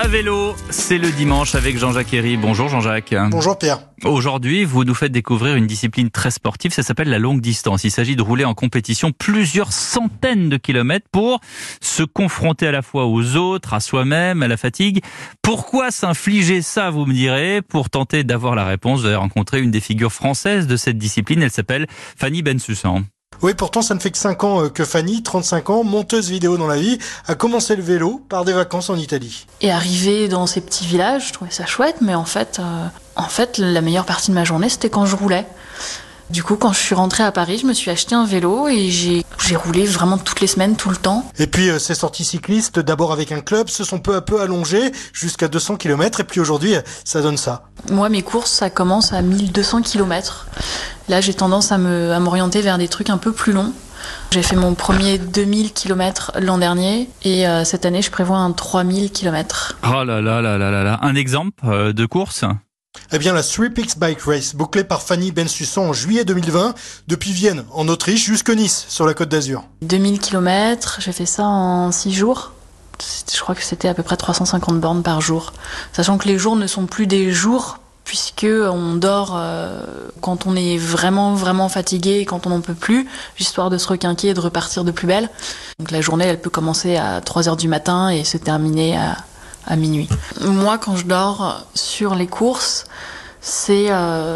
À vélo, c'est le dimanche avec Jean-Jacques Herry. Bonjour Jean-Jacques. Bonjour Pierre. Aujourd'hui, vous nous faites découvrir une discipline très sportive, ça s'appelle la longue distance. Il s'agit de rouler en compétition plusieurs centaines de kilomètres pour se confronter à la fois aux autres, à soi-même, à la fatigue. Pourquoi s'infliger ça, vous me direz? Pour tenter d'avoir la réponse, vous avez rencontré une des figures françaises de cette discipline, elle s'appelle Fanny Bensusan. Oui, pourtant ça ne fait que 5 ans que Fanny, 35 ans, monteuse vidéo dans la vie, a commencé le vélo par des vacances en Italie. Et arriver dans ces petits villages, je trouvais ça chouette, mais en fait, la meilleure partie de ma journée, c'était quand je roulais. Du coup, quand je suis rentrée à Paris, je me suis acheté un vélo et j'ai roulé vraiment toutes les semaines, tout le temps. Et puis ces sorties cyclistes, d'abord avec un club, se sont peu à peu allongées jusqu'à 200 km et puis aujourd'hui, ça donne ça. Moi, mes courses, ça commence à 1200 km. Là, j'ai tendance à m'orienter vers des trucs un peu plus longs. J'ai fait mon premier 2000 km l'an dernier et cette année, je prévois un 3000 km. Oh là là là là là là. Un exemple de course ? Eh bien, la Three Peaks Bike Race, bouclée par Fanny Bensusan en juillet 2020, depuis Vienne, en Autriche, jusqu'à Nice, sur la Côte d'Azur. 2000 km, j'ai fait ça en 6 jours. Je crois que c'était à peu près 350 bornes par jour. Sachant que les jours ne sont plus des jours, puisque on dort quand on est vraiment, vraiment fatigué et quand on n'en peut plus, histoire de se requinquer et de repartir de plus belle. Donc la journée, elle peut commencer à 3h du matin et se terminer à minuit. Moi, quand je dors sur les courses, c'est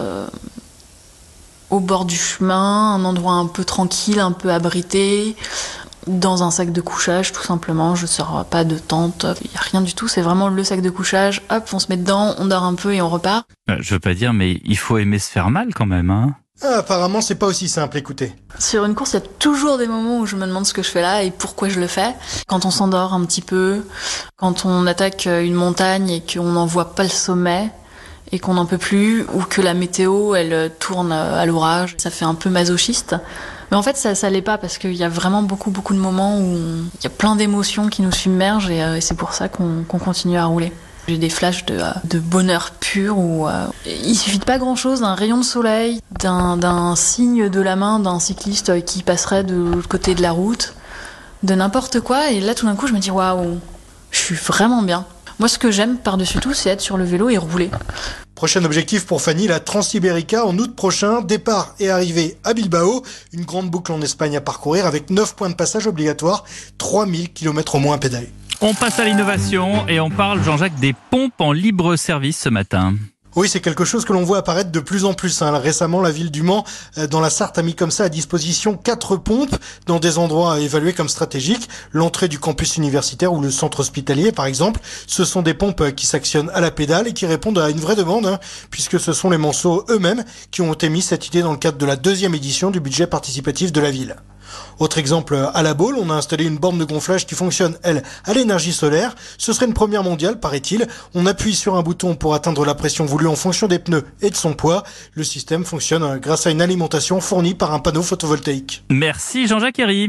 au bord du chemin, un endroit un peu tranquille, un peu abrité, dans un sac de couchage, tout simplement. Je sors pas de tente, il n'y a rien du tout, c'est vraiment le sac de couchage. Hop, on se met dedans, on dort un peu et on repart. Je veux pas dire, mais il faut aimer se faire mal quand même, hein. Apparemment, c'est pas aussi simple, écoutez. Sur une course, il y a toujours des moments où je me demande ce que je fais là et pourquoi je le fais. Quand on s'endort un petit peu, quand on attaque une montagne et qu'on n'en voit pas le sommet et qu'on n'en peut plus, ou que la météo, elle tourne à l'orage, ça fait un peu masochiste. Mais en fait, ça l'est pas parce qu'il y a vraiment beaucoup de moments où il y a plein d'émotions qui nous submergent et c'est pour ça qu'on continue à rouler. J'ai des flashs de bonheur pur où il suffit de pas grand chose, d'un rayon de soleil, d'un signe de la main d'un cycliste qui passerait de l'autre côté de la route, de n'importe quoi. Et là, tout d'un coup, je me dis waouh, je suis vraiment bien. Moi, ce que j'aime par-dessus tout, c'est être sur le vélo et rouler. Prochain objectif pour Fanny, la Transsibérica en août prochain. Départ et arrivée à Bilbao. Une grande boucle en Espagne à parcourir avec 9 points de passage obligatoires, 3000 km au moins à pédale. On passe à l'innovation et on parle, Jean-Jacques, des pompes en libre service ce matin. Oui, c'est quelque chose que l'on voit apparaître de plus en plus. Récemment, la ville du Mans, dans la Sarthe, a mis comme ça à disposition 4 pompes dans des endroits évalués comme stratégiques. L'entrée du campus universitaire ou le centre hospitalier, par exemple. Ce sont des pompes qui s'actionnent à la pédale et qui répondent à une vraie demande, puisque ce sont les Manceaux eux-mêmes qui ont émis cette idée dans le cadre de la 2e édition du budget participatif de la ville. Autre exemple, à La Baule, on a installé une borne de gonflage qui fonctionne, elle, à l'énergie solaire. Ce serait une première mondiale, paraît-il. On appuie sur un bouton pour atteindre la pression voulue en fonction des pneus et de son poids. Le système fonctionne grâce à une alimentation fournie par un panneau photovoltaïque. Merci Jean-Jacques Herry.